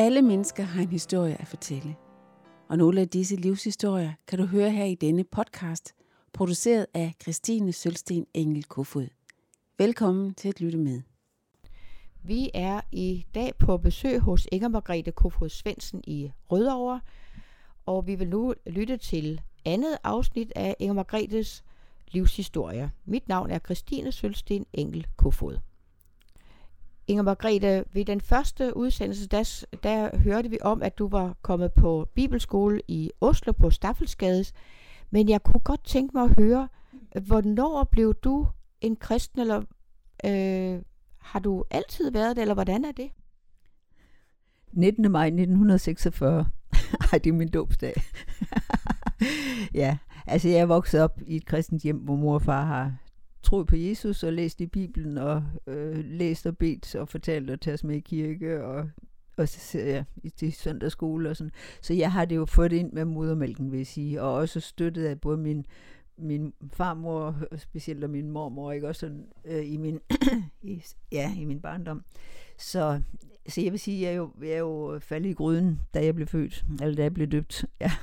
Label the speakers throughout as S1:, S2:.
S1: Alle mennesker har en historie at fortælle, og nogle af disse livshistorier kan du høre her i denne podcast, produceret af Kristine Sølsten Engel Kofod. Velkommen til at lytte med.
S2: Vi er i dag på besøg hos Inger Margrethe Kofod Svendsen i Rødovre, og vi vil nu lytte til andet afsnit af Inger Margrethes livshistorie. Mit navn er Kristine Sølsten Engel Kofod. Inger Margrethe, ved den første udsendelse, der hørte vi om, at du var kommet på bibelskole i Oslo på Staffelsgades. Men jeg kunne godt tænke mig at høre, hvornår blev du en kristen, eller har du altid været det, eller hvordan er det?
S3: 19. maj 1946. Ej, det er min dåbsdag. Ja, altså jeg er vokset op i et kristent hjem, hvor mor og far har troet på Jesus og læst i Bibelen og læst og bedt og fortalt og taget os med i kirke og ja, til søndagsskole og sådan. Så jeg har det jo fået ind med modermælken, vil jeg sige, og også støttet af både min farmor, specielt og min mormor, ikke også sådan, i min barndom. Så jeg vil sige, jeg er jo faldet i gryden, da jeg blev født, eller da jeg blev døbt. Ja.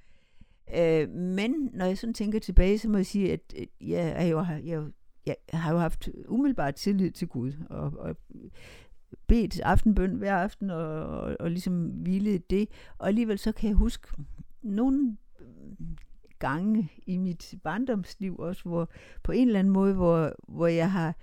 S3: Men når jeg sådan tænker tilbage, så må jeg sige, at jeg har jo haft umiddelbart tillid til Gud, og bedt aftenbøn hver aften, og ligesom hvilede det. Og alligevel så kan jeg huske nogle gange i mit barndomsliv også, hvor på en eller anden måde, hvor jeg har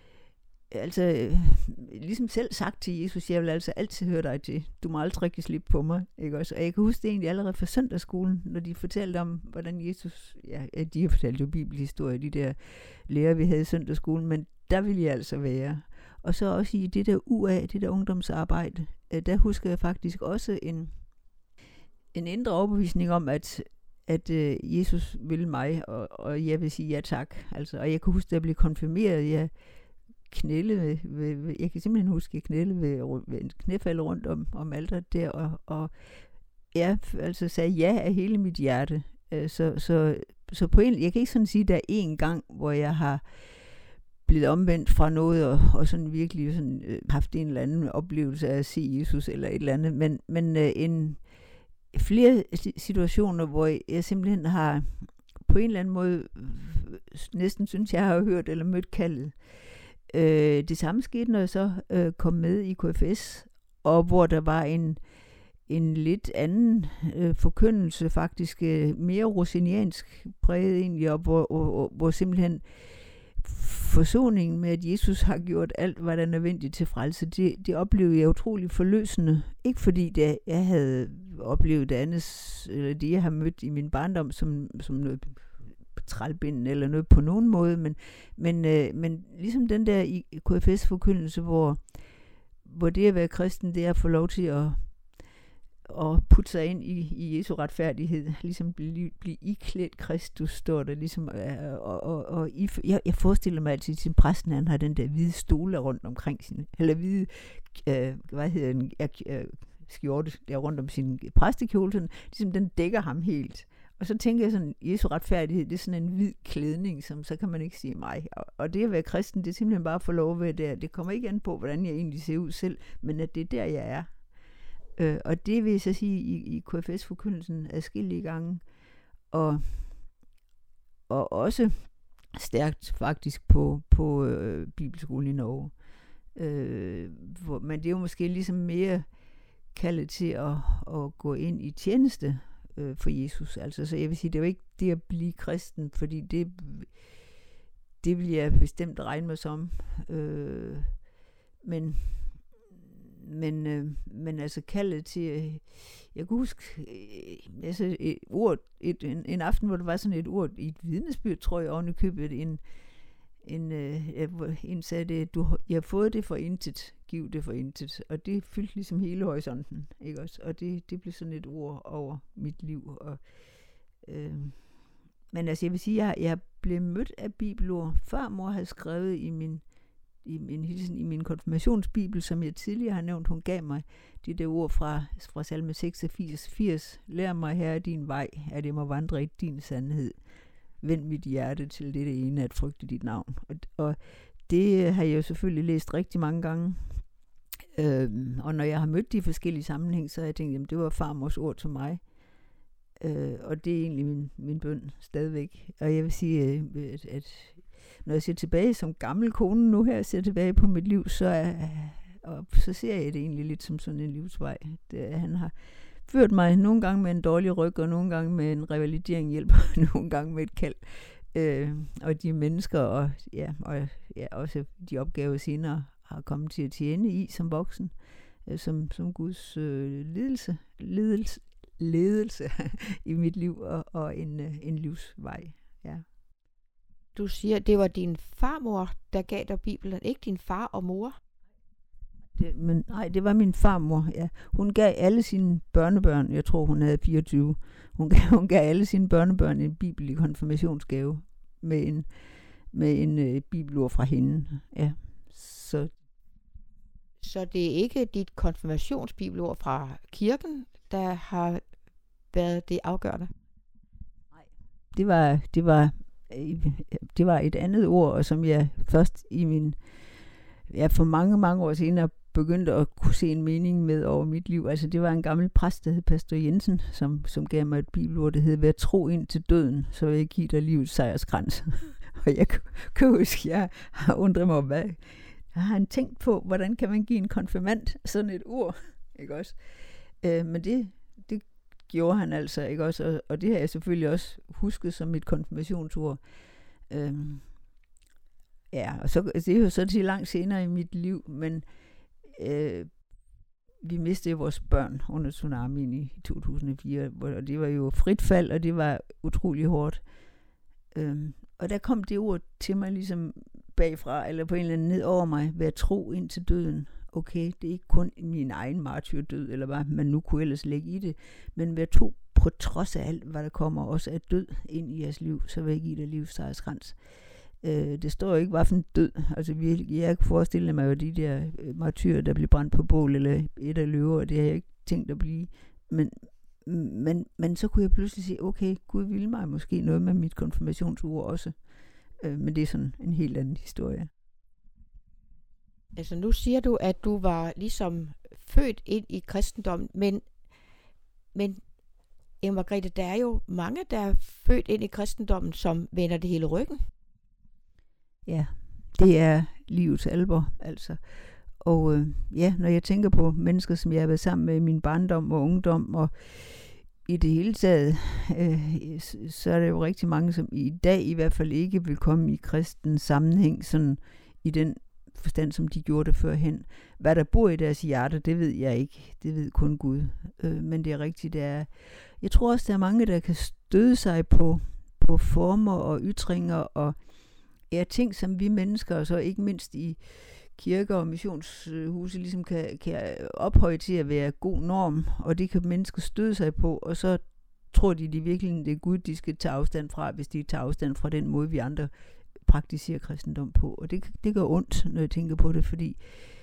S3: ligesom selv sagt til Jesus, jeg vil altså altid høre dig til. Du må aldrig rigtig slippe på mig. Ikke også? Og jeg kan huske det egentlig allerede fra søndagsskolen, når de fortalte om, hvordan Jesus, de har fortalt jo bibelhistorie, de der lærer, vi havde i søndagsskolen, men der ville jeg altså være. Og så også i det der UA, det der ungdomsarbejde, der husker jeg faktisk også en indre overbevisning om, at Jesus ville mig, og jeg vil sige ja tak. Altså, og jeg kan huske, at jeg blev konfirmeret, jeg knæle jeg kan simpelthen huske, at jeg knæle ved en knæfald rundt om alteret der, og jeg altså sagde ja af hele mit hjerte. Så på en, jeg kan ikke sådan sige, at der er en gang, hvor jeg har blevet omvendt fra noget, og sådan virkelig sådan, haft en eller anden oplevelse af at se Jesus eller et eller andet, men flere situationer, hvor jeg simpelthen har på en eller anden måde næsten synes, jeg har hørt eller mødt kaldet. Det samme skete, når jeg så kom med i KFS, og hvor der var en lidt anden forkyndelse, faktisk mere rosiniansk præget egentlig, og hvor simpelthen forsoningen med, at Jesus har gjort alt, hvad der er nødvendigt til frelse, det oplevede jeg utrolig forløsende. Ikke fordi jeg havde oplevet det andet, eller det jeg har mødt i min barndom, som noget trælbinden eller noget på nogen måde, men ligesom den der i KFS-forkyndelse, hvor det at være kristen, det er at få lov til at putte sig ind i Jesu retfærdighed, ligesom blive iklædt Kristus, står der ligesom, og jeg forestiller mig altid, at præsten, han har den der hvide stole rundt omkring sin, eller hvide, skjorte der rundt om sin præstekjole, sådan, ligesom den dækker ham helt. Og så tænker jeg sådan, Jesu retfærdighed, det er sådan en hvid klædning, som så kan man ikke sige mig. Og det at være kristen, det er simpelthen bare at få lov at være der. Det kommer ikke an på, hvordan jeg egentlig ser ud selv, men at det er der, jeg er. Og det vil jeg så sige i KFS-forkyndelsen adskillige gange. Og også stærkt faktisk på bibelskolen i Norge. Men det er jo måske ligesom mere kaldet til at gå ind i tjeneste for Jesus. Altså, så jeg vil sige, det er jo ikke det at blive kristen, fordi det vil jeg bestemt regne mig som. Men altså kaldet til, jeg kan huske altså et ord, en aften, hvor der var sådan et ord i et vidnesbyrd, tror jeg, oven i købet, en sagde det, jeg har fået det for intet, giv det for intet, og det fyldte ligesom hele horisonten, ikke også? Og det blev sådan et ord over mit liv. Og men altså jeg vil sige, jeg blev mødt af bibelord, før mor havde skrevet i min konfirmationsbibel, som jeg tidligere har nævnt, hun gav mig det der ord fra salme 86, lær mig herre din vej, at jeg må vandre i din sandhed. Vend mit hjerte til det ene, at frygte dit navn. Og det har jeg jo selvfølgelig læst rigtig mange gange. Og når jeg har mødt de forskellige sammenhæng, så har jeg tænkt, jamen det var farmors ord til mig. Og det er egentlig min bøn stadigvæk. Og jeg vil sige, at når jeg ser tilbage som gammel kone nu her, ser tilbage på mit liv, så ser jeg det egentlig lidt som sådan en livsvej. Han har ført mig nogle gange med en dårlig ryg, og nogle gange med en revalidering hjælper, nogle gange med et kald. Og de mennesker, og også de opgaver senere har kommet til at tjene i som voksen, som Guds ledelse i mit liv, og en livsvej. Ja.
S2: Du siger, det var din farmor, der gav dig Bibelen, ikke din far og mor?
S3: Det var min farmor, ja. Hun gav alle sine børnebørn, jeg tror hun havde 24, hun gav alle sine børnebørn en bibel i konfirmationsgave med en bibelord fra hende. Ja.
S2: Så det er ikke dit konfirmationsbibelord fra kirken, der har været det afgørende?
S3: Nej, det var et andet ord, og som jeg først for mange år senere begyndte at kunne se en mening med over mit liv. Altså det var en gammel præst, der hed Pastor Jensen, som gav mig et bibelord, der hed: "Vær tro ind til døden, så vil jeg give dig livets sejrskrans." Og jeg kan huske, jeg har undret mig, hvad har han tænkt på, hvordan kan man give en konfirmand sådan et ord, ikke også? Men det gjorde han altså, ikke også? Og det har jeg selvfølgelig også husket som mit konfirmationsord. Og så det er jo så til langt senere i mit liv, men vi mistede vores børn under tsunamien i 2004, og det var jo frit fald, og det var utrolig hårdt. Og der kom det ord til mig ligesom bagfra, eller på en eller anden ned over mig: "Vær tro ind til døden." Okay, det er ikke kun min egen martyrdød, eller hvad man nu kunne ellers lægge i det, men vær tro på trods af alt, hvad der kommer også af død ind i jeres liv, så vil jeg give dig livs sejrskrans. Det står jo ikke, hvad for en død. Altså, jeg kan forestille mig jo de der martyrer, der bliver brændt på bål, eller et af løver, det har jeg ikke tænkt at blive. Men så kunne jeg pludselig sige, okay, Gud ville mig måske noget med mit konfirmationsord også. Men det er sådan en helt anden historie.
S2: Altså nu siger du, at du var ligesom født ind i kristendommen, men Eva Margrethe, der er jo mange, der er født ind i kristendommen, som vender det hele ryggen.
S3: Ja, det er livets alvor, altså. Og når jeg tænker på mennesker, som jeg har været sammen med i min barndom og ungdom, og i det hele taget, så er der jo rigtig mange, som i dag i hvert fald ikke vil komme i kristen sammenhæng, sådan i den forstand, som de gjorde det førhen. Hvad der bor i deres hjerte, det ved jeg ikke. Det ved kun Gud. Men det er rigtigt, jeg tror også, der er mange, der kan støde sig på former og ytringer og ting, som vi mennesker, og så ikke mindst i kirker og missionshuse, ligesom kan ophøje til at være god norm, og det kan mennesker støde sig på, og så tror de virkelig, det er Gud, de skal tage afstand fra, hvis de tager afstand fra den måde, vi andre praktiserer kristendom på. Og det gør ondt, når jeg tænker på det, fordi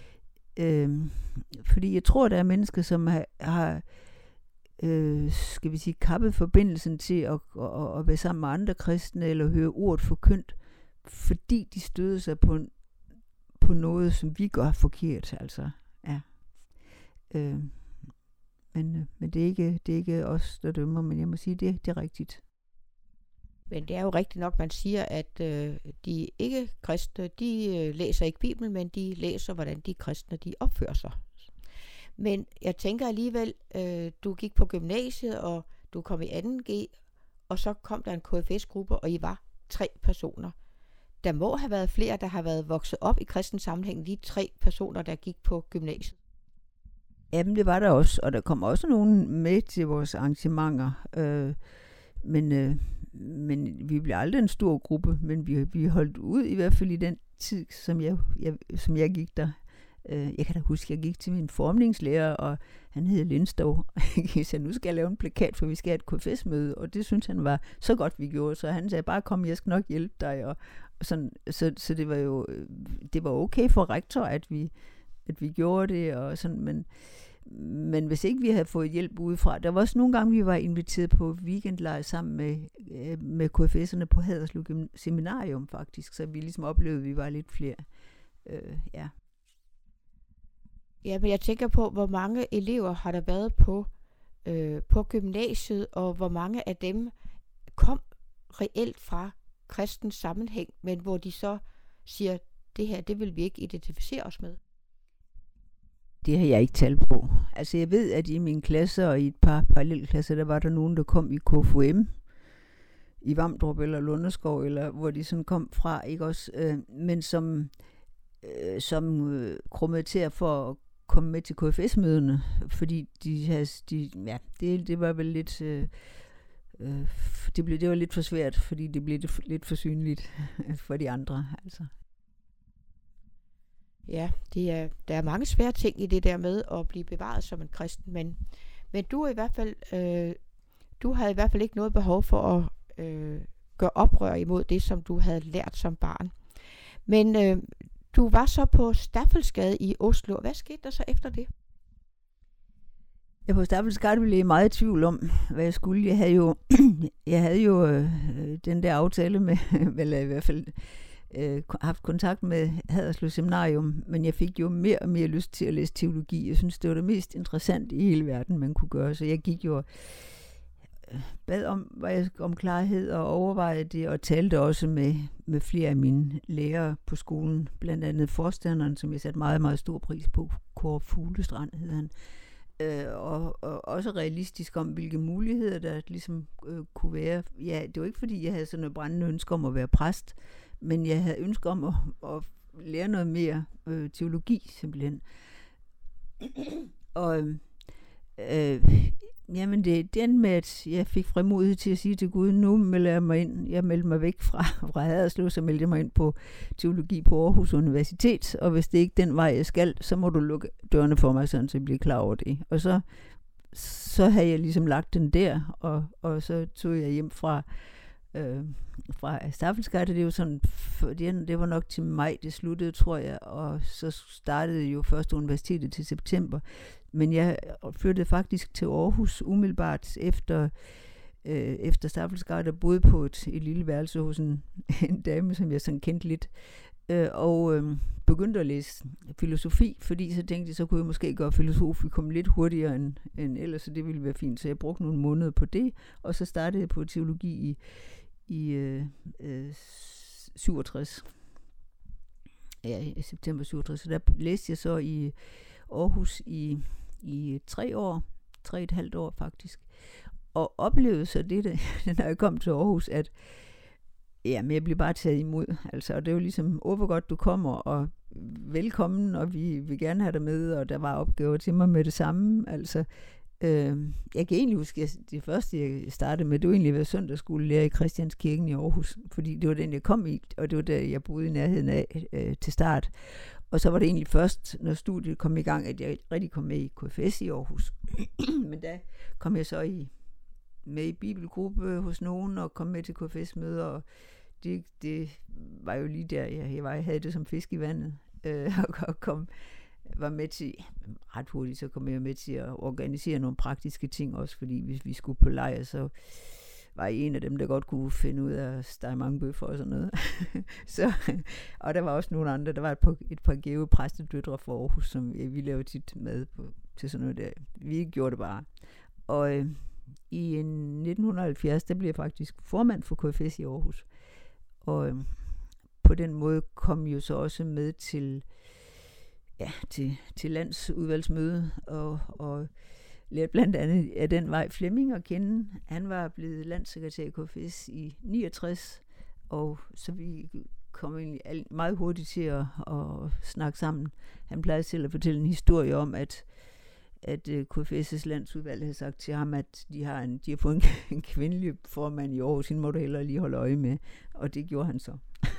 S3: jeg tror, der er mennesker, som har skal vi sige, kappet forbindelsen til at være sammen med andre kristne, eller høre ordet forkyndt, fordi de støder sig på noget, som vi gør forkert, altså. Ja. Men det er ikke os, der dømmer, men jeg må sige, det er rigtigt.
S2: Men det er jo rigtigt nok, man siger, at de ikke-kristne, de læser ikke Bibelen, men de læser, hvordan de kristne, de opfører sig. Men jeg tænker alligevel, du gik på gymnasiet, og du kom i 2G, og så kom der en KFS-gruppe, og I var 3 personer. Der må have været flere, der har været vokset op i kristen sammenhæng, de 3 personer, der gik på gymnasiet.
S3: Jamen, det var der også, og der kom også nogen med til vores arrangementer. Men vi blev aldrig en stor gruppe, men vi holdt ud i hvert fald i den tid, som jeg gik der. Jeg kan da huske, at jeg gik til min formningslærer, og han hed Lindstov. Jeg sagde, nu skal jeg lave en plakat, for vi skal have et KFS-møde, og det synes han var så godt, vi gjorde. Så han sagde, bare kom, jeg skal nok hjælpe dig. Og sådan, så det var jo det var okay for rektor, at vi gjorde det, og sådan, men hvis ikke vi havde fået hjælp udefra, der var også nogle gange, vi var inviteret på weekendlejr sammen med KFS'erne på Haderslev Seminarium faktisk, så vi ligesom oplevede, at vi var lidt flere. Ja.
S2: Ja, men jeg tænker på, hvor mange elever har der været på gymnasiet, og hvor mange af dem kom reelt fra kristens sammenhæng, men hvor de så siger, det her, det vil vi ikke identificere os med.
S3: Det har jeg ikke talt på. Altså jeg ved, at i min klasse og i et par parallelklasser, der var der nogen, der kom i KFUM, i Vamdrup eller Lunderskov, eller hvor de sådan kom fra, ikke også, men som krummede til for at komme med til KFS-møderne, fordi det var vel lidt, det var lidt for svært, fordi det blev lidt for synligt for de andre, altså.
S2: Ja, der er mange svære ting i det der med at blive bevaret som en kristen, men du i hvert fald, du havde i hvert fald ikke noget behov for at gøre oprør imod det, som du havde lært som barn. Men du var så på Staffelsgade i Oslo. Hvad skete der så efter det?
S3: Ja, på Staffelsgade blev jeg meget i tvivl om, hvad jeg skulle. Jeg havde jo den der aftale med, eller i hvert fald haft kontakt med Haderslev Seminarium, men jeg fik jo mere og mere lyst til at læse teologi. Jeg synes, det var det mest interessante i hele verden, man kunne gøre. Så jeg gik jo bad om klarhed og overvejede det, og talte også med flere af mine lærere på skolen, blandt andet forstanderen, som jeg satte meget, meget stor pris på, Kåre Fuglestrand hed han, og også realistisk om, hvilke muligheder der ligesom kunne være. Ja, det var ikke fordi, jeg havde sådan et brændende ønske om at være præst, men jeg havde ønske om at lære noget mere teologi, simpelthen. Og jamen det endte med, at jeg fik frimodighed til at sige til Gud, nu melder jeg mig ind. Jeg meldte mig væk fra Haderslev, så meldte jeg mig ind på teologi på Aarhus Universitet, og hvis det ikke er den vej, jeg skal, så må du lukke dørene for mig, sådan så jeg bliver klar over det. Og så havde jeg ligesom lagt den der, og så tog jeg hjem fra Staffelsgade. Det er jo sådan, det var nok til maj, det sluttede, tror jeg, og så startede jo først universitetet til september. Men jeg flyttede faktisk til Aarhus umiddelbart efter Staffelsgade, der boede på et lille værelse hos en dame, som jeg sådan kendte lidt, og begyndte at læse filosofi, fordi så tænkte jeg, så kunne jeg måske gøre filosofi komme lidt hurtigere end ellers, så det ville være fint. Så jeg brugte nogle måneder på det, og så startede jeg på teologi i 67. Ja, i september 67. Så der læste jeg så i Aarhus i 3,5 år faktisk, og oplevede så det, når jeg kom til Aarhus, at men jeg blev bare taget imod, altså, og det var ligesom, hvor godt du kommer, og velkommen, og vi vil gerne have dig med, og der var opgaver til mig med det samme, altså. Jeg kan egentlig huske, at det første, jeg startede med, det var egentlig at være søndagsskolelærer i Christianskirken i Aarhus, fordi det var den, jeg kom i, og det var der, jeg boede i nærheden af til start. Og så var det egentlig først, når studiet kom i gang, at jeg rigtig kom med i KFS i Aarhus. Men da kom jeg så med i bibelgruppe hos nogen, og kom med til KFS-møder, og det var jo lige der, jeg havde det som fisk i vandet, og var med til, ret hurtigt, så kom jeg med til at organisere nogle praktiske ting også, fordi hvis vi skulle på lejr, så var jeg en af dem, der godt kunne finde ud af at stege mange bøffer og sådan noget. Og der var også nogle andre, der var et par gæve præstedøtre fra Aarhus, som vi lavede tit mad til sådan noget der. Vi gjorde det bare. Og i 1970, der blev jeg faktisk formand for KFS i Aarhus. Og på den måde kom jo så også med til landsudvalgsmøde, og lærte blandt andet af den vej Flemming at kende. Han var blevet landssekretær i KFS i 69, og så vi kom egentlig meget hurtigt til at snakke sammen. Han plejede selv at fortælle en historie om, at KFS' landsudvalg havde sagt til ham, at de har fået en kvindelig formand i Aarhus, hende må du hellere lige holde øje med, og det gjorde han så.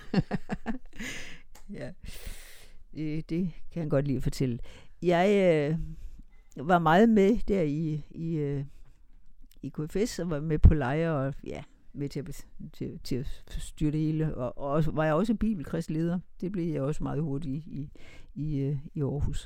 S3: Ja. Det kan han godt lide at fortælle. Jeg var meget med der i KFS, og var med på lejre, og med til at styre det hele. Og var jeg også bibelkredsleder. Det blev jeg også meget hurtigt i Aarhus.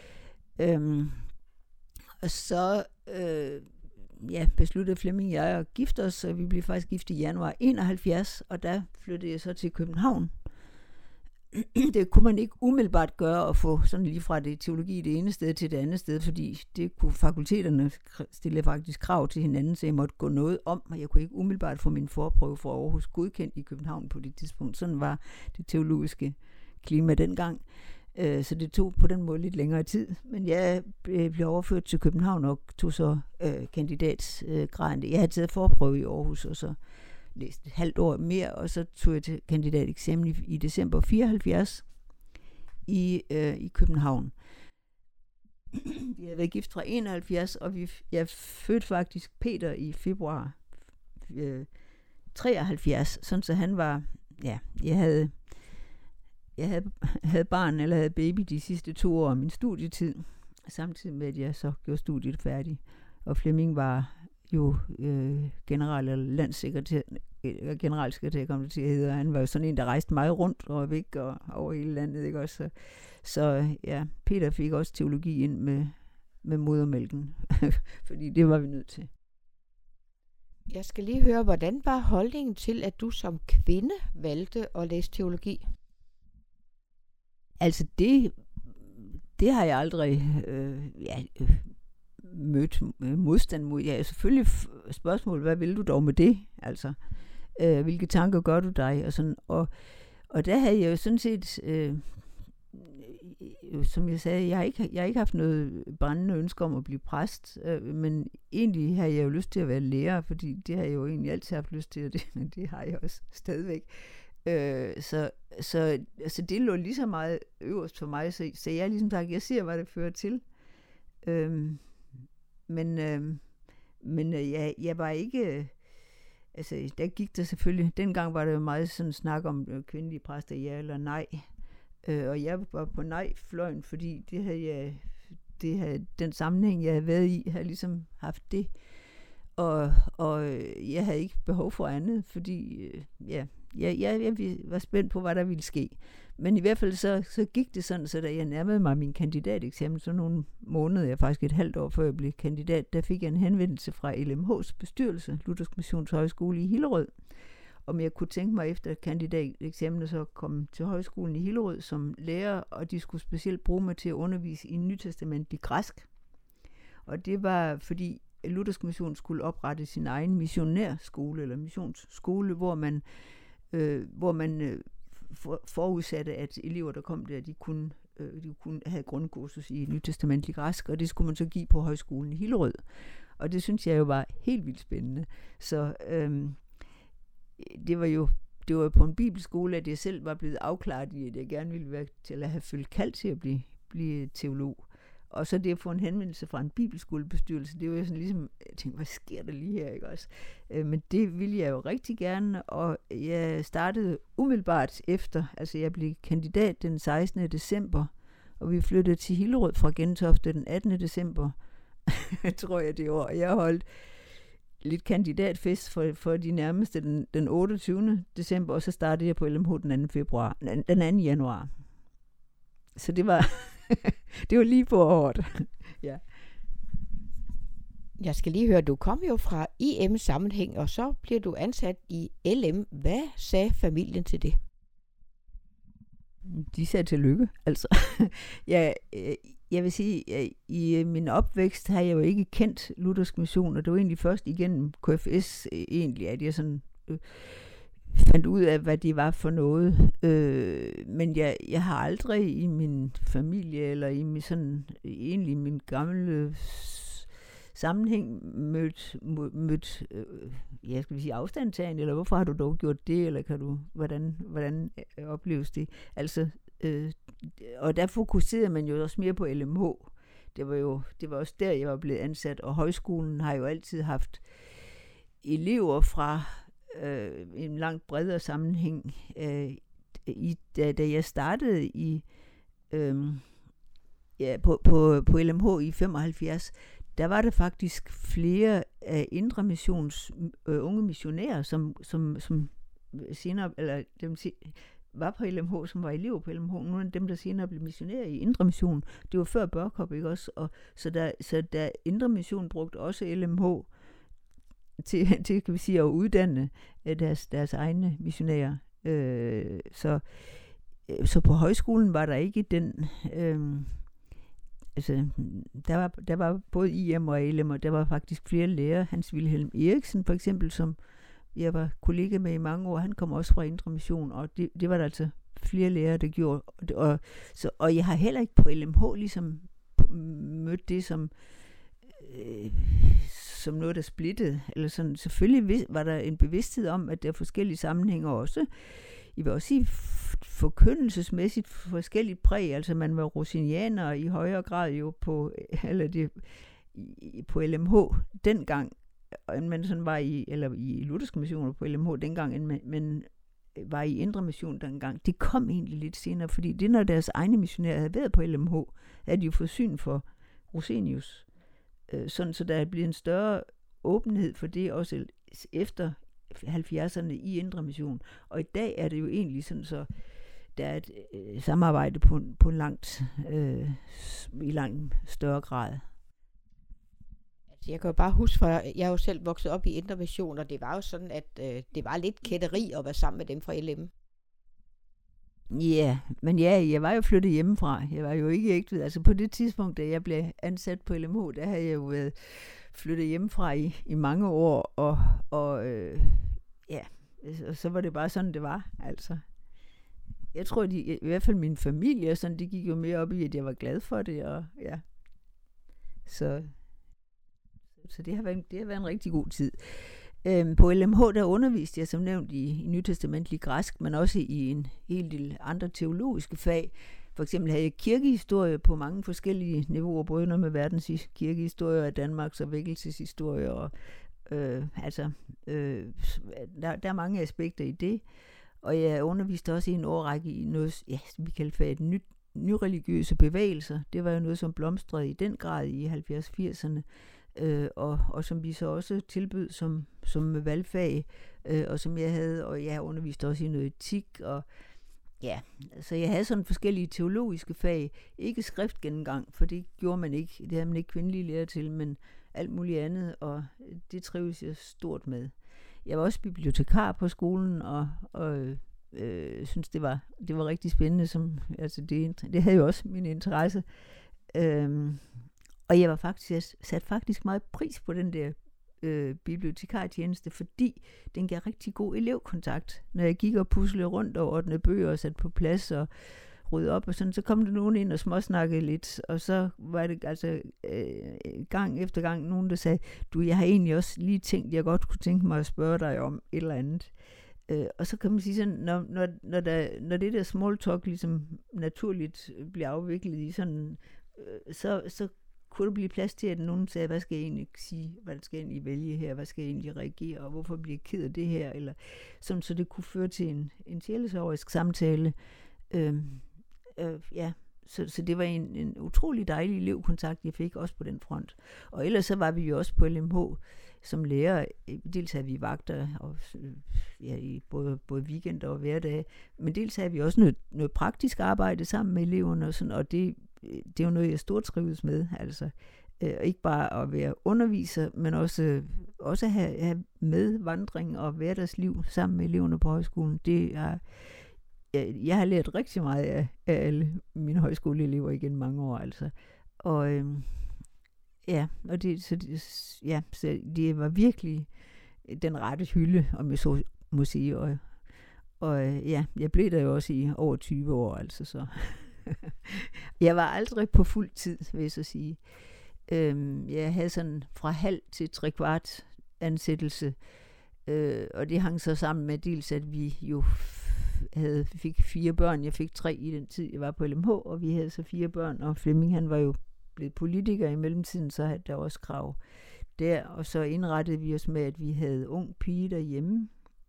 S3: Og så besluttede Flemming og jeg at gifte os, og vi blev faktisk gift i januar 71, og der flyttede jeg så til København. det kunne man ikke umiddelbart gøre at få sådan lige fra det teologi det ene sted til det andet sted, fordi det kunne fakulteterne stille faktisk krav til hinanden, så jeg måtte gå noget om, og jeg kunne ikke umiddelbart få min forprøve fra Aarhus godkendt i København på det tidspunkt. Sådan var det teologiske klima dengang. Så det tog på den måde lidt længere tid. Men jeg blev overført til København og tog så kandidatsgraden. Jeg havde taget forprøve i Aarhus, og så læste et halvt år mere, og så tog jeg til kandidateksamen i december 74 i København. Vi havde været gift fra 71, og jeg fødte faktisk Peter i februar 73, sådan så han var, ja, jeg havde barn eller havde baby de sidste 2 år af min studietid, samtidig med at jeg så gjorde studiet færdigt. Og Flemming var jo generalsekretær kom det til at hedde. Han var jo sådan en, der rejste meget rundt og væk og over hele landet, ikke også? Så ja, Peter fik også teologi ind med modermælken, fordi det var vi nødt til.
S2: Jeg skal lige høre, hvordan var holdningen til, at du som kvinde valgte at læse teologi?
S3: Altså det har jeg aldrig mødt modstand mod. Ja, selvfølgelig spørgsmål, hvad vil du dog med det? Altså, hvilke tanker gør du dig? Og sådan, og der havde jeg jo sådan set, som jeg sagde, jeg har ikke haft noget brændende ønske om at blive præst, men egentlig har jeg jo lyst til at være lærer, fordi det har jeg jo egentlig altid haft lyst til, og det har jeg også stadigvæk. Så det lå lige så meget øverst for mig, så jeg ligesom sagt, jeg ser, hvad det fører til. Men jeg var ikke, altså der gik der selvfølgelig, dengang var der jo meget sådan snak om kvindelige præster, ja eller nej, og jeg var på nej-fløjen, fordi det havde den sammenhæng, jeg havde været i, havde ligesom haft det, og jeg havde ikke behov for andet, fordi jeg var spændt på, hvad der ville ske. Men i hvert fald så gik det sådan, så da jeg nærmede mig min kandidateksamen, så nogle måneder, faktisk et halvt år før jeg blev kandidat, der fik jeg en henvendelse fra LMH's bestyrelse, Luthersk Missions Højskole i Hillerød, om jeg kunne tænke mig efter kandidateksamen så komme til højskolen i Hillerød som lærer, og de skulle specielt bruge mig til at undervise i nytestamentlig græsk. Og det var fordi Luthersk Mission skulle oprette sin egen missionærskole, eller missionsskole, hvor man forudsatte, at elever, der kom der, de kunne have grundkursus i nytestamentlig græsk, og det skulle man så give på højskolen i Hillerød. Og det synes jeg jo var helt vildt spændende. Så det var jo på en bibelskole, at jeg selv var blevet afklaret i, at jeg gerne ville være til at have følt kald til at blive teolog. Og så det at få en henvendelse fra en bibelskolebestyrelse, det var jo sådan ligesom, jeg tænkte, hvad sker der lige her, ikke også? Men det ville jeg jo rigtig gerne, og jeg startede umiddelbart efter, altså jeg blev kandidat den 16. december, og vi flyttede til Hillerød fra Gentofte den 18. december, tror jeg det år. Jeg holdt lidt kandidatfest for de nærmeste den 28. december, og så startede jeg på LMH den 2. januar. Så det var... det var lige på året. Ja.
S2: Jeg skal lige høre, du kom jo fra IM-sammenhæng, og så bliver du ansat i LM. Hvad sagde familien til det?
S3: De sagde tillykke, altså. Jeg vil sige, at i min opvækst har jeg jo ikke kendt Luthersk Mission, og det var egentlig først igennem KFS egentlig, at jeg sådan... fandt ud af, hvad det var for noget. Men jeg har aldrig i min familie, eller i min gamle sammenhæng mødt jeg skal sige afstandtagen, eller hvorfor har du dog gjort det, eller hvordan opleves det? Altså, og der fokuserede man jo også mere på LMH. Det var også der, jeg var blevet ansat, og højskolen har jo altid haft elever fra en langt bredere sammenhæng. Da jeg startede på LMH i 75, der var der faktisk flere af Indre Missions unge missionærer, som senere, eller dem var på LMH, som var elever på LMH. Nogle af dem, der senere blev missionærer i Indre Mission, det var før Børkop, ikke også? Og så da Indre Mission brugte også LMH til kan vi sige, at uddanne deres egne missionærer. Så så på højskolen var der ikke den... Altså, der var både IM og ALM, og der var faktisk flere lærere. Hans Wilhelm Eriksen for eksempel, som jeg var kollega med i mange år, han kom også fra Indre Mission, og det var der altså flere lærere, der gjorde. Og jeg har heller ikke på LMH ligesom mødt det som noget, der splittede. Eller sådan. Selvfølgelig var der en bevidsthed om, at der er forskellige sammenhænge også. Jeg vil også sige forkyndelsesmæssigt forskelligt præg. Altså man var rosinianer i højere grad jo på LMH dengang, end man sådan var i lutherske missioner på LMH dengang, end man var i Indre Mission dengang. Det kom egentlig lidt senere, fordi det, når deres egne missionærer havde været på LMH, havde de jo fået syn for Rosenius. Sådan, så der er blevet en større åbenhed for det også efter 70'erne i Indre Mission. Og i dag er det jo egentlig sådan, så der er et samarbejde på i langt større grad.
S2: Jeg kan jo bare huske, for jeg er jo selv vokset op i Indre Mission, og det var jo sådan, at det var lidt kætteri at være sammen med dem fra LM.
S3: Ja, men ja, jeg var jo flyttet hjemmefra. Jeg var jo ikke ægte. Altså på det tidspunkt, da jeg blev ansat på LMH, der havde jeg jo været flyttet hjemmefra i mange år, og så var det bare sådan, det var, altså. Jeg tror, i hvert fald min familie, sådan, det gik jo mere op i, at jeg var glad for det, og ja. Så det har været en rigtig god tid. På LMH, der underviste jeg som nævnt i nytestamentlig græsk, men også i en hel del andre teologiske fag. For eksempel havde jeg kirkehistorie på mange forskellige niveauer, både noget med verdens kirkehistorie og Danmarks og vækkelseshistorie. Og, der er mange aspekter i det. Og jeg underviste også i en årrække i noget, vi kalder faget nyreligiøse bevægelser. Det var jo noget, som blomstrede i den grad i 70-80'erne. Og som vi så også tilbød som valgfag, og som jeg havde, og jeg underviste også i noget etik, og ja, så jeg havde sådan forskellige teologiske fag, ikke skriftgennemgang, for det gjorde man ikke, det havde man ikke kvindelige lærer til, men alt muligt andet, og det trives jeg stort med. Jeg var også bibliotekar på skolen, og synes det var rigtig spændende, det havde jo også min interesse. Og jeg satte faktisk meget pris på den der bibliotekartjeneste, fordi den gav rigtig god elevkontakt. Når jeg gik og puslede rundt og ordnede bøger og satte på plads og rydde op og sådan, så kom der nogen ind og småsnakkede lidt, og så var det altså gang efter gang nogen, der sagde, jeg har egentlig også lige tænkt, jeg godt kunne tænke mig at spørge dig om et eller andet. Og så kan man sige sådan, når det der small talk ligesom naturligt bliver afviklet i sådan, så kunne der blive plads til, at nogen sagde, hvad skal jeg egentlig sige, hvad skal jeg egentlig vælge her, hvad skal jeg egentlig reagere, og hvorfor bliver jeg ked af det her, eller sådan, så det kunne føre til en sjælesoverisk samtale. Så det var en utrolig dejlig elevkontakt, jeg fik også på den front. Og ellers så var vi jo også på LMH som lærer. Dels havde vi vagter og, i både weekender og hverdage, men dels havde vi også noget praktisk arbejde sammen med eleverne, og sådan, og det er jo noget, jeg stort trives med. Altså, ikke bare at være underviser, men også have medvandring og hverdagsliv sammen med eleverne på højskolen. Jeg har lært rigtig meget af alle mine højskoleelever igen mange år, altså. Og så det var virkelig den rette hylde, om jeg så må sige. Og jeg blev der jo også i over 20 år, altså så. Jeg var aldrig på fuld tid, vil jeg så sige. Jeg havde sådan fra halv til 3/4 ansættelse, og det hang så sammen med dels, at vi jo fik 4 børn. Jeg fik 3 i den tid, jeg var på LMH, og vi havde så 4 børn, og Flemming, han var jo blevet politiker i mellemtiden, så havde der også krav der, og så indrettede vi os med, at vi havde ung pige derhjemme.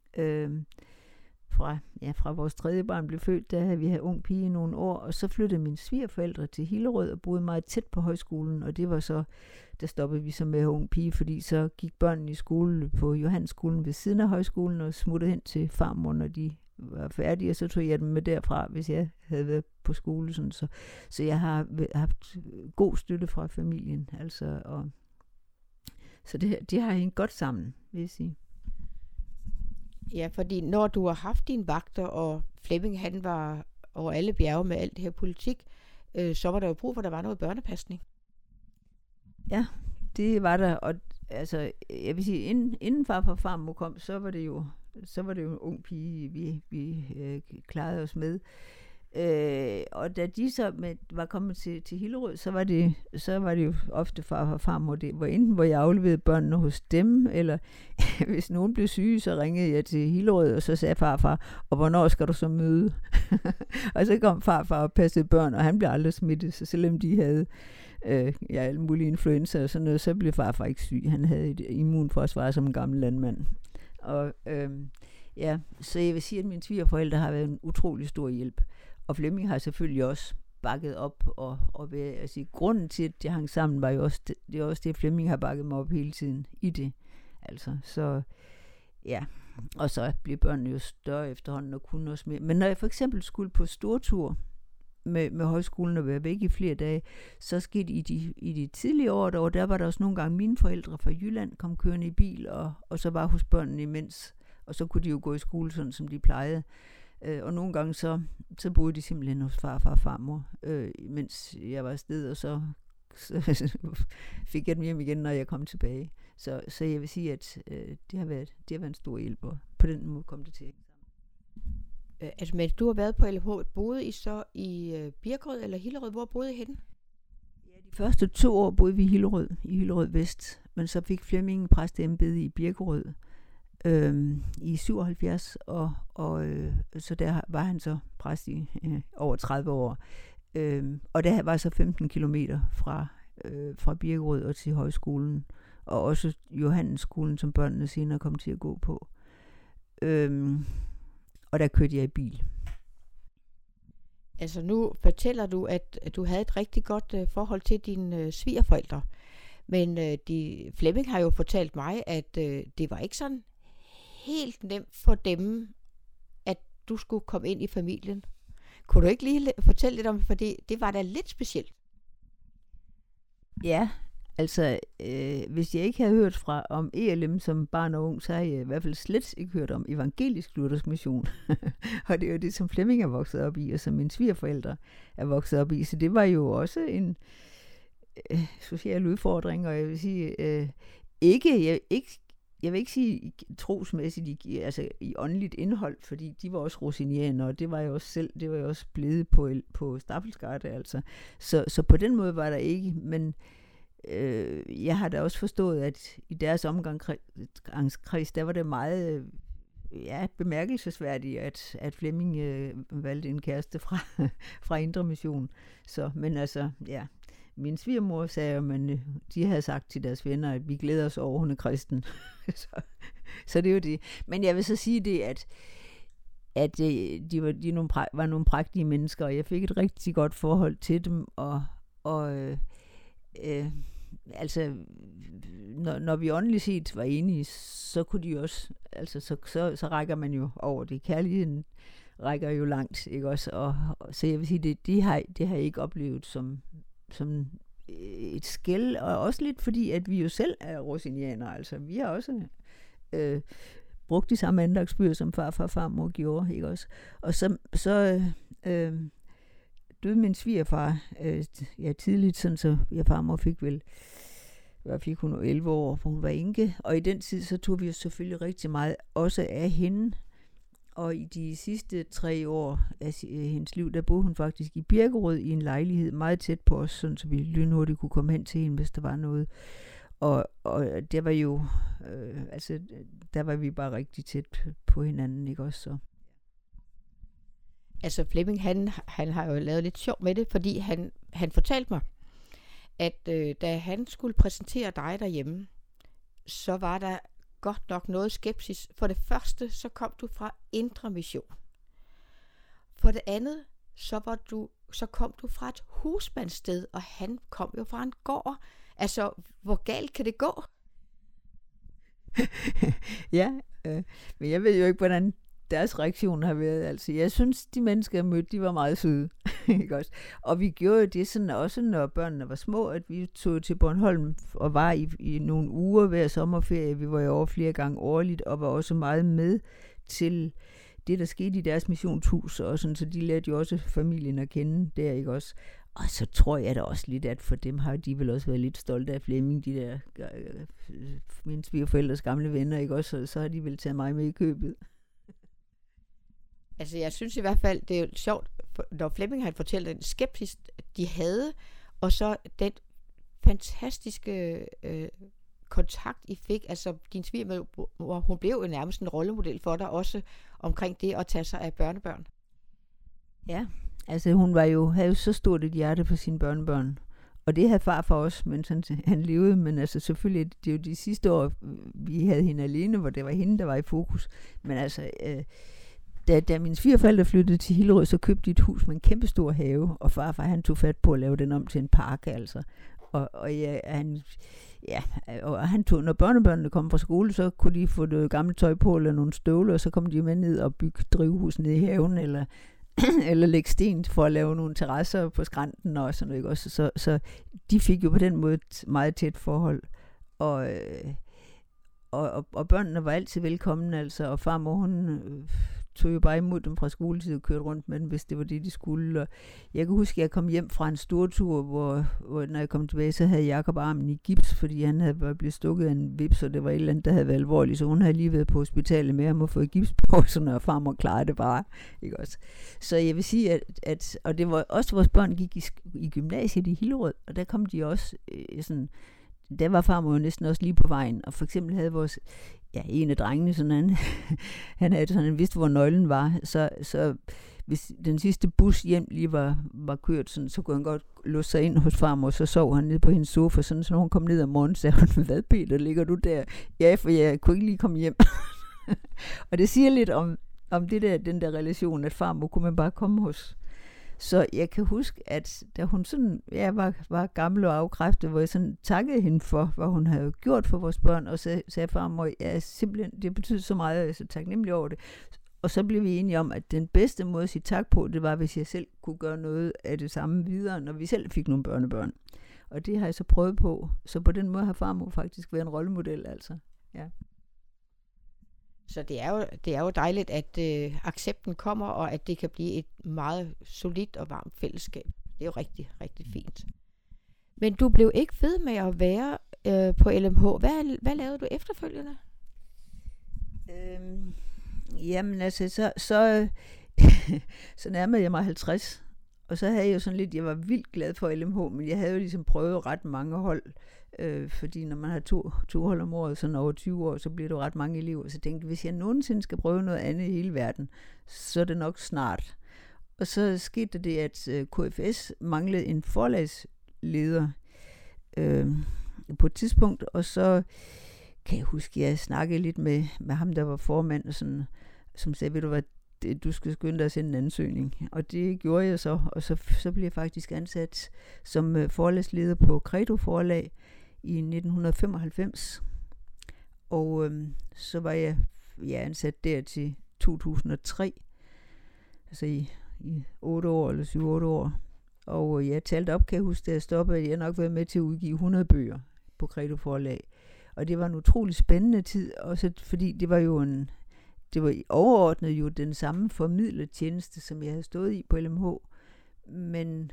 S3: Fra vores 3. barn blev født, der havde vi ung pige i nogle år, og så flyttede mine svigerforældre til Hillerød og boede meget tæt på højskolen, og det var så, der stoppede vi så med ung pige, fordi så gik børnene i skole på Johannesskolen ved siden af højskolen og smuttede hen til farmor, når de var færdige, og så tog jeg dem med derfra, hvis jeg havde været på skole. Sådan, så jeg har haft god støtte fra familien, altså, og så det har hængt godt sammen, vil jeg sige.
S2: Ja, fordi når du har haft dine vagter, og Flemming han var over alle bjerge med alt det her politik, så var der jo brug for, at der var noget børnepasning.
S3: Ja, det var der, og altså, jeg vil sige, inden far og farmor kom, så var det jo en ung pige, vi klarede os med. Og da de så var kommet til Hillerød, så var det jo ofte far og farmor, hvor jeg afleverede børnene hos dem, eller hvis nogen blev syge, så ringede jeg til Hillerød, og så sagde farfar, og hvornår skal du så møde? Og så kom farfar og passede børn, og han blev aldrig smittet, så selvom de havde alle mulige influenza og sådan noget, så blev farfar ikke syg. Han havde et immunforsvar som en gammel landmand. Og så jeg vil sige, at mine svigerforældre har været en utrolig stor hjælp. Og Flemming har selvfølgelig også bakket op, og grunden til, at det hang sammen, var jo også det er også det, Flemming har bakket mig op hele tiden i det. Altså, så ja, og så bliver børnene jo større efterhånden og kunne også mere. Men når jeg for eksempel skulle på stortur med højskolen og være væk i flere dage, så skete i de tidlige år, der var der også nogle gange mine forældre fra Jylland kom kørende i bil, og så var hos børnene imens, og så kunne de jo gå i skole sådan, som de plejede. Og nogle gange så boede de simpelthen hos farfar og farmor, mens jeg var afsted, og så fik jeg dem hjem igen, når jeg kom tilbage. Så jeg vil sige, at det har været en stor hjælp, og på den måde kom det til.
S2: Altså, men du har været på LH, boede I så i Birkerød eller Hillerød? Hvor boede I henne?
S3: Ja, de første 2 år boede vi i Hillerød Vest, men så fik Flemming præsteembede i Birkerød i 77, og så der var han så præst i over 30 år. Og der var så 15 kilometer fra Birkerød og til højskolen, og også Johannesskolen, som børnene senere kom til at gå på. Og der kørte jeg i bil.
S2: Altså nu fortæller du, at du havde et rigtig godt forhold til dine svigerforældre. Men Flemming har jo fortalt mig, at det var ikke sådan helt nemt for dem, at du skulle komme ind i familien. Kunne du ikke lige fortælle lidt om det, for det var da lidt specielt?
S3: Ja, altså hvis jeg ikke havde hørt om ELM som barn og ung, så har jeg i hvert fald slet ikke hørt om evangelisk luthersk mission. Og det er jo det, som Flemming er vokset op i, og som mine svigerforældre er vokset op i. Så det var jo også en social udfordring, og jeg vil sige, jeg vil ikke sige trosmæssigt, altså i åndeligt indhold, fordi de var også rosinianer, og det var jeg også selv, det var jeg også blevet på Staffelsgarde, altså. Så på den måde var der ikke, men jeg har da også forstået, at i deres omgangskreds, der var det meget bemærkelsesværdigt, at Flemming valgte en kæreste fra Indre Mission. Så, men altså, ja. Min svigermor sagde, men de havde sagt til deres venner, at vi glæder os over, hun er kristen. så det er jo det. Men jeg vil så sige det, at de var nogle prægtige mennesker, og jeg fik et rigtig godt forhold til dem, altså, når vi åndeligt set var enige, så kunne de også, altså, så rækker man jo over det. Kærligheden rækker jo langt, ikke også? Og så jeg vil sige, det har jeg ikke oplevet som et skel, og også lidt fordi, at vi jo selv er rosinianer, altså vi har også brugt de samme andagsbøger, som farfar og farmor gjorde, ikke også? Og så døde min svigerfar tidligt, sådan så farmor fik hun 11 år, hvor hun var enke, og i den tid, så tog vi jo selvfølgelig rigtig meget også af hende. Og i de sidste 3 år af hendes liv, der boede hun faktisk i Birkerød i en lejlighed meget tæt på os, sådan så vi lynhurtigt kunne komme hen til hende, hvis der var noget. Og det var jo, der var vi bare rigtig tæt på hinanden, ikke også? Så.
S2: Altså Flemming, han har jo lavet lidt sjov med det, fordi han fortalte mig, at da han skulle præsentere dig derhjemme, så var der godt nok noget skepsis. For det første, så kom du fra Indre Mission. For det andet, så kom du fra et husmandssted, og han kom jo fra en gård. Altså, hvor galt kan det gå?
S3: Ja, men jeg ved jo ikke, hvordan deres reaktion har været. Altså, jeg synes, de mennesker, jeg mødte, de var meget søde. Ikke også? Og vi gjorde det sådan også, når børnene var små, at vi tog til Bornholm og var i nogle uger hver sommerferie. Vi var jo over flere gange årligt, og var også meget med til det, der skete i deres missionshus, og sådan, så de lærte jo også familien at kende der, ikke også? Og så tror jeg da også lidt, at for dem har de vel også været lidt stolte af Flemming, de der mine svigerforældres gamle venner, ikke også? Så har de vel taget mig med i købet.
S2: Altså, jeg synes i hvert fald, det er jo sjovt, når Flemming har fortalt den skepsis, de havde, og så den fantastiske kontakt, I fik. Altså, din svigermor, hun blev jo nærmest en rollemodel for dig, også omkring det at tage sig af børnebørn.
S3: Ja, altså hun havde jo så stort et hjerte for sine børnebørn. Og det havde far for os, mens han levede. Men altså selvfølgelig, det er jo de sidste år, vi havde hende alene, hvor det var hende, der var i fokus. Men altså, da mine svigerforældre flyttede til Hillerød, så købte de et hus med en kæmpe stor have. Og farfar, han tog fat på at lave den om til en park, altså. Og han tog, når børnebørnene kom fra skole, så kunne de få det gamle tøj på, eller nogle støvler, og så kom de med ned og bygge drivhus nede i haven, eller lægge sten for at lave nogle terrasser på skrænten og sådan noget, ikke også? Så de fik jo på den måde et meget tæt forhold. Og børnene var altid velkomne, altså, og farmor, hun tog jo bare imod dem fra skoletid og kørte rundt med dem, hvis det var det, de skulle. Og jeg kan huske, at jeg kom hjem fra en stor tur, hvor når jeg kom tilbage, så havde Jakob armen i gips, fordi han havde blevet stukket af en vips, og det var et eller andet, der havde været alvorligt, så hun havde lige været på hospitalet med ham og fået gips på, sådan, og farmor klarede det bare. Ikke også? Så jeg vil sige, at og det var også, vores børn gik i gymnasiet i Hillerød, og der kom de også sådan. Der var farmor jo næsten også lige på vejen, og for eksempel havde vores, en af drengene, sådan han havde sådan, han vidste, hvor nøglen var, så hvis den sidste bus hjem lige var kørt, sådan, så kunne han godt låse sig ind hos farmor, så sov han nede på hendes sofa, sådan, så når hun kom ned om morgenen, sagde hun, hvad Peter, ligger du der? Ja, for jeg kunne ikke lige komme hjem. Og det siger lidt om det der, den der relation, at farmor kunne man bare komme hos. Så jeg kan huske, at da hun sådan, var gammel og afkræftet, hvor jeg sådan takkede hende for, hvad hun havde gjort for vores børn, og så sagde farmor, simpelthen, det betyder så meget, og jeg er så taknemmelig over det. Og så blev vi enige om, at den bedste måde at sige tak på, det var, hvis jeg selv kunne gøre noget af det samme videre, når vi selv fik nogle børnebørn. Og det har jeg så prøvet på. Så på den måde har farmor faktisk været en rollemodel, altså. Ja.
S2: Så det er jo dejligt, at accepten kommer, og at det kan blive et meget solidt og varmt fællesskab. Det er jo rigtig, rigtig fint. Men du blev ikke ved med at være på LMH. Hvad lavede du efterfølgende?
S3: Jamen altså, så nærmede jeg mig 50. Og så havde jeg jo sådan lidt, jeg var vildt glad for LMH, men jeg havde jo ligesom prøvet ret mange hold. Fordi når man har to hold om året, sådan over 20 år, så bliver det ret mange elever. Så tænkte jeg, hvis jeg nogensinde skal prøve noget andet i hele verden, så er det nok snart. Og så skete det, at KFS manglede en forlagsleder på et tidspunkt, og så kan jeg huske, at jeg snakkede lidt med ham, der var formand, og sådan, som sagde, ved du hvad, du skal skynde dig at sende en ansøgning. Og det gjorde jeg så, og så blev jeg faktisk ansat som forlagsleder på Credo Forlag i 1995. Og så var jeg ansat der til 2003, altså i 8 år eller 7-8 år. Og jeg talte op, kan jeg huske, da jeg stoppede, at jeg nok var med til at udgive 100 bøger på Credo Forlag. Og det var en utrolig spændende tid, også fordi det var jo det var overordnet jo den samme formidlertjeneste, som jeg havde stået i på LMH, men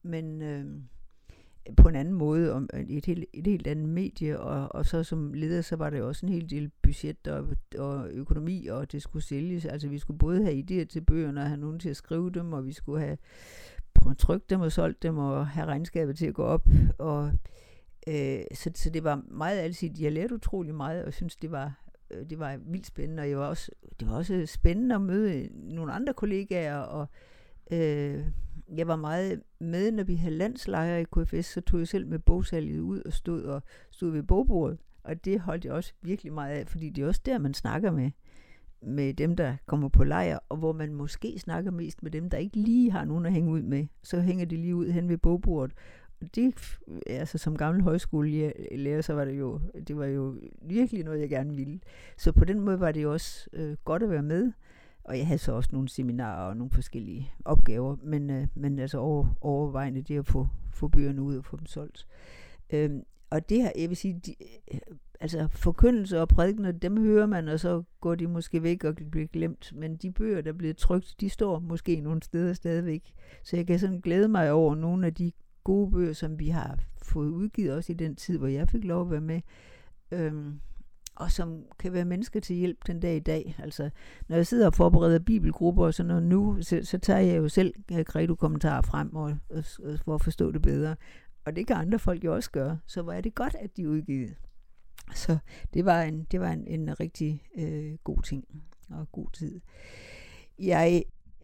S3: på en anden måde, om et helt andet medie, og så som leder, så var der jo også en hel del budget og økonomi, og det skulle sælges. Altså vi skulle både have idéer til bøgerne, og have nogen til at skrive dem, og vi skulle have trykt dem og solgt dem, og have regnskabet til at gå op, og så det var meget alsidigt. Jeg lærte utrolig meget, og synes det var vildt spændende, og det var også spændende at møde nogle andre kollegaer, og jeg var meget med, når vi havde landslejre i KFS, så tog jeg selv med bogsalget ud og stod ved bogbordet, og det holdt jeg også virkelig meget af, fordi det er også der, man snakker med dem, der kommer på lejr, og hvor man måske snakker mest med dem, der ikke lige har nogen at hænge ud med. Så hænger de lige ud hen ved bogbordet. Det, altså som gammel højskolelærer, så var det var jo virkelig noget, jeg gerne ville. Så på den måde var det jo også godt at være med, og jeg havde så også nogle seminarer og nogle forskellige opgaver, men altså overvejende det at få bøgerne ud og få dem solgt. Og det her, jeg vil sige, altså forkyndelse og prædikener, dem hører man, og så går de måske væk og bliver glemt. Men de bøger, der er blevet trykt, de står måske nogle steder stadigvæk. Så jeg kan sådan glæde mig over nogle af de gode bøger, som vi har fået udgivet, også i den tid, hvor jeg fik lov at være med. Og som kan være mennesker til hjælp den dag i dag. Altså, når jeg sidder og forbereder bibelgrupper og sådan noget nu, så tager jeg jo selv credo-kommentarer frem for at forstå det bedre. Og det kan andre folk jo også gøre. Så hvor er det godt, at de er udgivet. Så det var en rigtig god ting og god tid. Jeg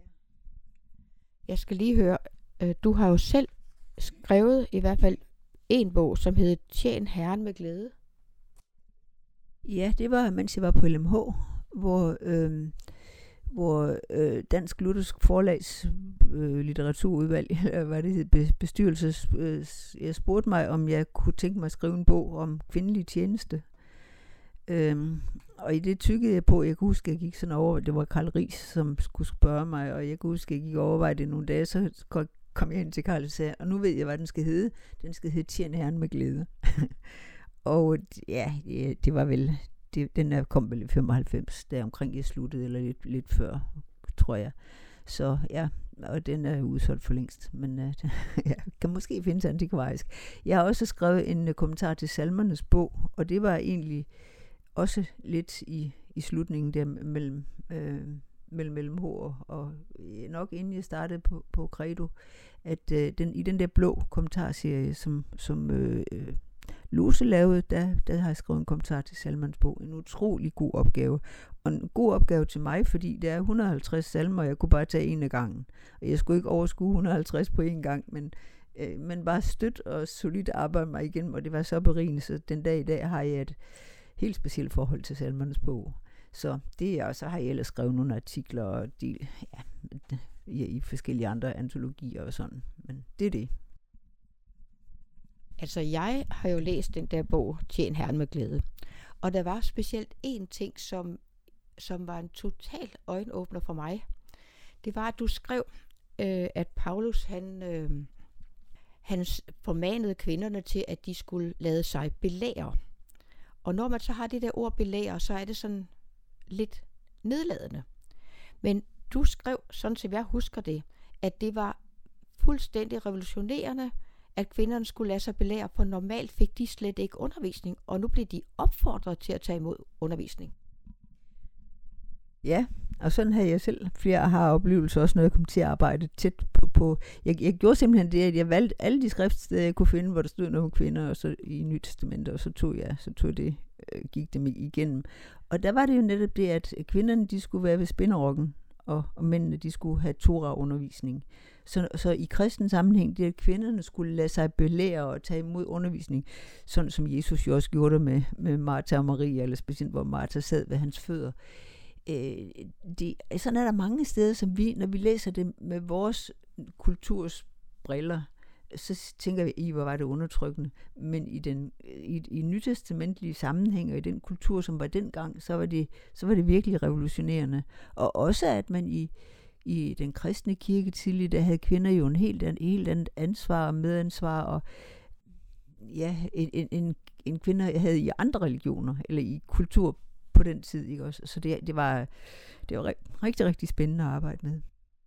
S2: skal lige høre, du har jo selv skrevet i hvert fald en bog, som hedder Tjen Herren med glæde.
S3: Ja, det var, mens jeg var på LMH, hvor Dansk Luthersk Forlags litteraturudvalg, hvad det hed, bestyrelse, jeg spurgte mig, om jeg kunne tænke mig at skrive en bog om kvindelig tjeneste. Og i det tykkede jeg på, jeg kunne huske, at jeg gik sådan over, det var Karl Riis, som skulle spørge mig, og jeg kunne huske, at jeg gik og overvejede det nogle dage, så kom jeg ind til Karl og sagde, og nu ved jeg, hvad den skal hedde. Den skal hedde Tjen Herren med glæde. Og ja, det var vel, den kom vel i 95, der omkring jeg sluttede, eller lidt før, tror jeg. Så ja, og den er udsolgt for længst, men ja, kan måske findes antikvarisk. Jeg har også skrevet en kommentar til Salmernes bog, og det var egentlig også lidt i slutningen der mellem H og nok inden jeg startede på Credo, at i den der blå kommentarserie, som Lose lavede, der har jeg skrevet en kommentar til Salmernes bog. En utrolig god opgave. Og en god opgave til mig, fordi der er 150 salmer, og jeg kunne bare tage en af gangen. Og jeg skulle ikke overskue 150 på en gang, men bare støt og solidt arbejde mig igennem, og det var så berigende, så den dag i dag har jeg et helt specielt forhold til Salmernes bog. Så det er, og så har jeg ellers skrevet nogle artikler og i forskellige andre antologier og sådan. Men det er det.
S2: Altså, jeg har jo læst den der bog, Tjen Herren med glæde. Og der var specielt en ting, som var en total øjenåbner for mig. Det var, at du skrev, at Paulus, han formanede kvinderne til, at de skulle lade sig belære. Og når man så har det der ord belære, så er det sådan lidt nedladende. Men du skrev, sådan som jeg husker det, at det var fuldstændig revolutionerende, at kvinderne skulle lade sig belære, for normalt fik de slet ikke undervisning, og nu blev de opfordret til at tage imod undervisning.
S3: Ja, og sådan havde jeg selv flere har oplevelser, også når jeg kom til at arbejde tæt på. Jeg gjorde simpelthen det, at jeg valgte alle de skriftsteder, jeg kunne finde, hvor der stod nogle kvinder, og så i Nyt Testamentet, og så tog det, gik dem igennem. Og der var det jo netop det, at kvinderne, de skulle være ved spinderokken, og mændene, de skulle have Torah-undervisning. Så i kristen sammenhæng, det at kvinderne skulle lade sig belære og tage imod undervisning, sådan som Jesus jo også gjorde det med Martha og Maria, eller specielt hvor Martha sad ved hans fødder. Sådan er der mange steder, som vi, når vi læser det med vores kulturs briller, så tænker vi, hvor var det undertrykkende. Men i nytestamentlige sammenhæng og i den kultur, som var dengang, så var det virkelig revolutionerende. Og også, at man i den kristne kirke tidligere, der havde kvinder jo en helt andet ansvar og medansvar, og ja, en kvinde havde i andre religioner, eller i kultur på den tid, ikke også? Så det var rigtig, rigtig spændende at arbejde med.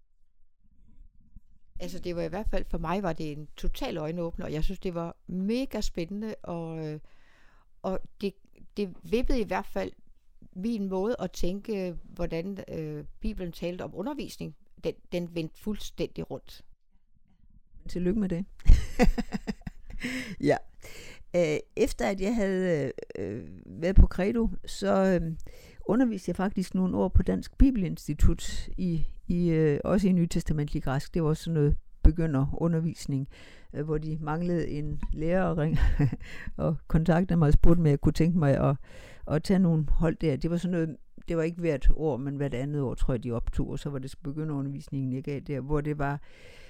S2: Altså det var i hvert fald, for mig var det en total øjenåbner, og jeg synes, det var mega spændende, og det vippede i hvert fald min måde at tænke, hvordan Bibelen talte om undervisning. Den vendte fuldstændig rundt.
S3: Tillykke med det. Ja. Efter at jeg havde været på Credo, så underviste jeg faktisk nogle år på Dansk Bibelinstitut, også i nytestamentlig græsk. Det var også sådan noget begynderundervisning, hvor de manglede en lærer og kontaktede mig og spurgte mig, jeg kunne tænke mig at tage nogle hold der. Det var sådan noget, det var ikke hvert år, men hvert andet år, tror jeg, de optog, og så var det begynderundervisningen, jeg gav der, hvor det var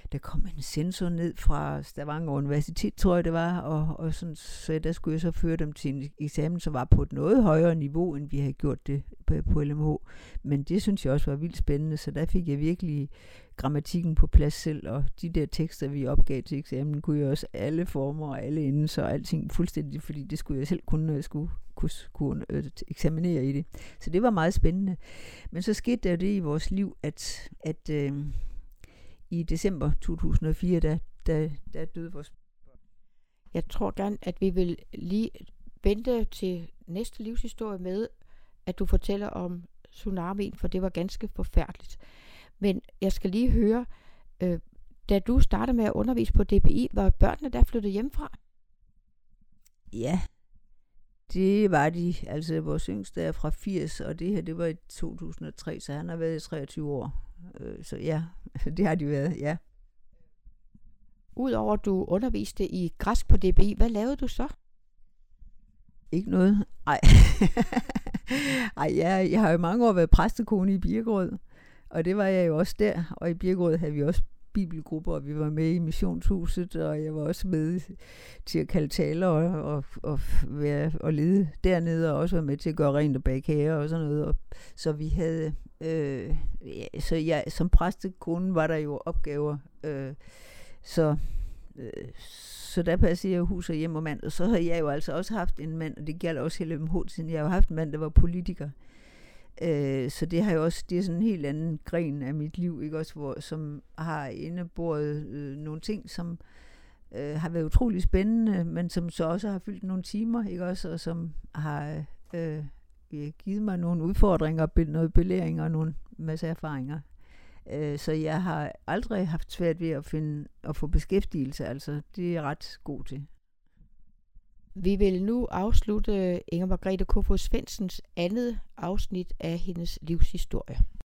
S3: der kom en censor ned fra Stavanger Universitet, tror jeg det var, og sådan, så der skulle jeg så føre dem til en eksamen, som var på et noget højere niveau, end vi havde gjort det på LMH. Men det synes jeg også var vildt spændende, så der fik jeg virkelig grammatikken på plads selv, og de der tekster, vi opgav til eksamen, kunne jeg også alle former og alle endelser og alting fuldstændig, fordi det skulle jeg selv kunne, når jeg skulle eksaminere i det. Så det var meget spændende. Men så skete der det i vores liv, at i december 2004, der døde vores...
S2: Jeg tror gerne, at vi vil lige vente til næste livshistorie med, at du fortæller om tsunamien, for det var ganske forfærdeligt. Men jeg skal lige høre, da du startede med at undervise på DBI, var børnene der flyttet hjemmefra?
S3: Ja, det var de. Altså vores yngste er fra 80, og det her, det var i 2003, så han har været i 23 år. Så ja, det har de været, ja.
S2: Udover at du underviste i græsk på DBI, hvad lavede du så?
S3: Ikke noget. Ej. Ej, jeg har jo mange år været præstekone i Birkerød, og det var jeg jo også der. Og i Birkerød havde vi også bibelgrupper, og vi var med i missionshuset, og jeg var også med til at kalde taler og lede dernede, og også være med til at gøre rent og bage kager og sådan noget. Og så vi havde, så jeg som præstekone var der jo opgaver, så der passer jeg hus og hjem og mand. Og så har jeg jo altså også haft en mand, og det gælder også hele LMH, siden jeg har jo haft en mand, der var politiker. Så det har jo også, det er sådan en helt anden gren af mit liv, ikke også, som har indebåret nogle ting, som har været utrolig spændende, men som så også har fyldt nogle timer, ikke også, og som har givet mig nogle udfordringer, noget belæring og nogle masse erfaringer. Så jeg har aldrig haft svært ved at få beskæftigelse, altså det er jeg ret god til.
S2: Vi vil nu afslutte Inger Margrethe Kofoed Svendsens andet afsnit af hendes livshistorie.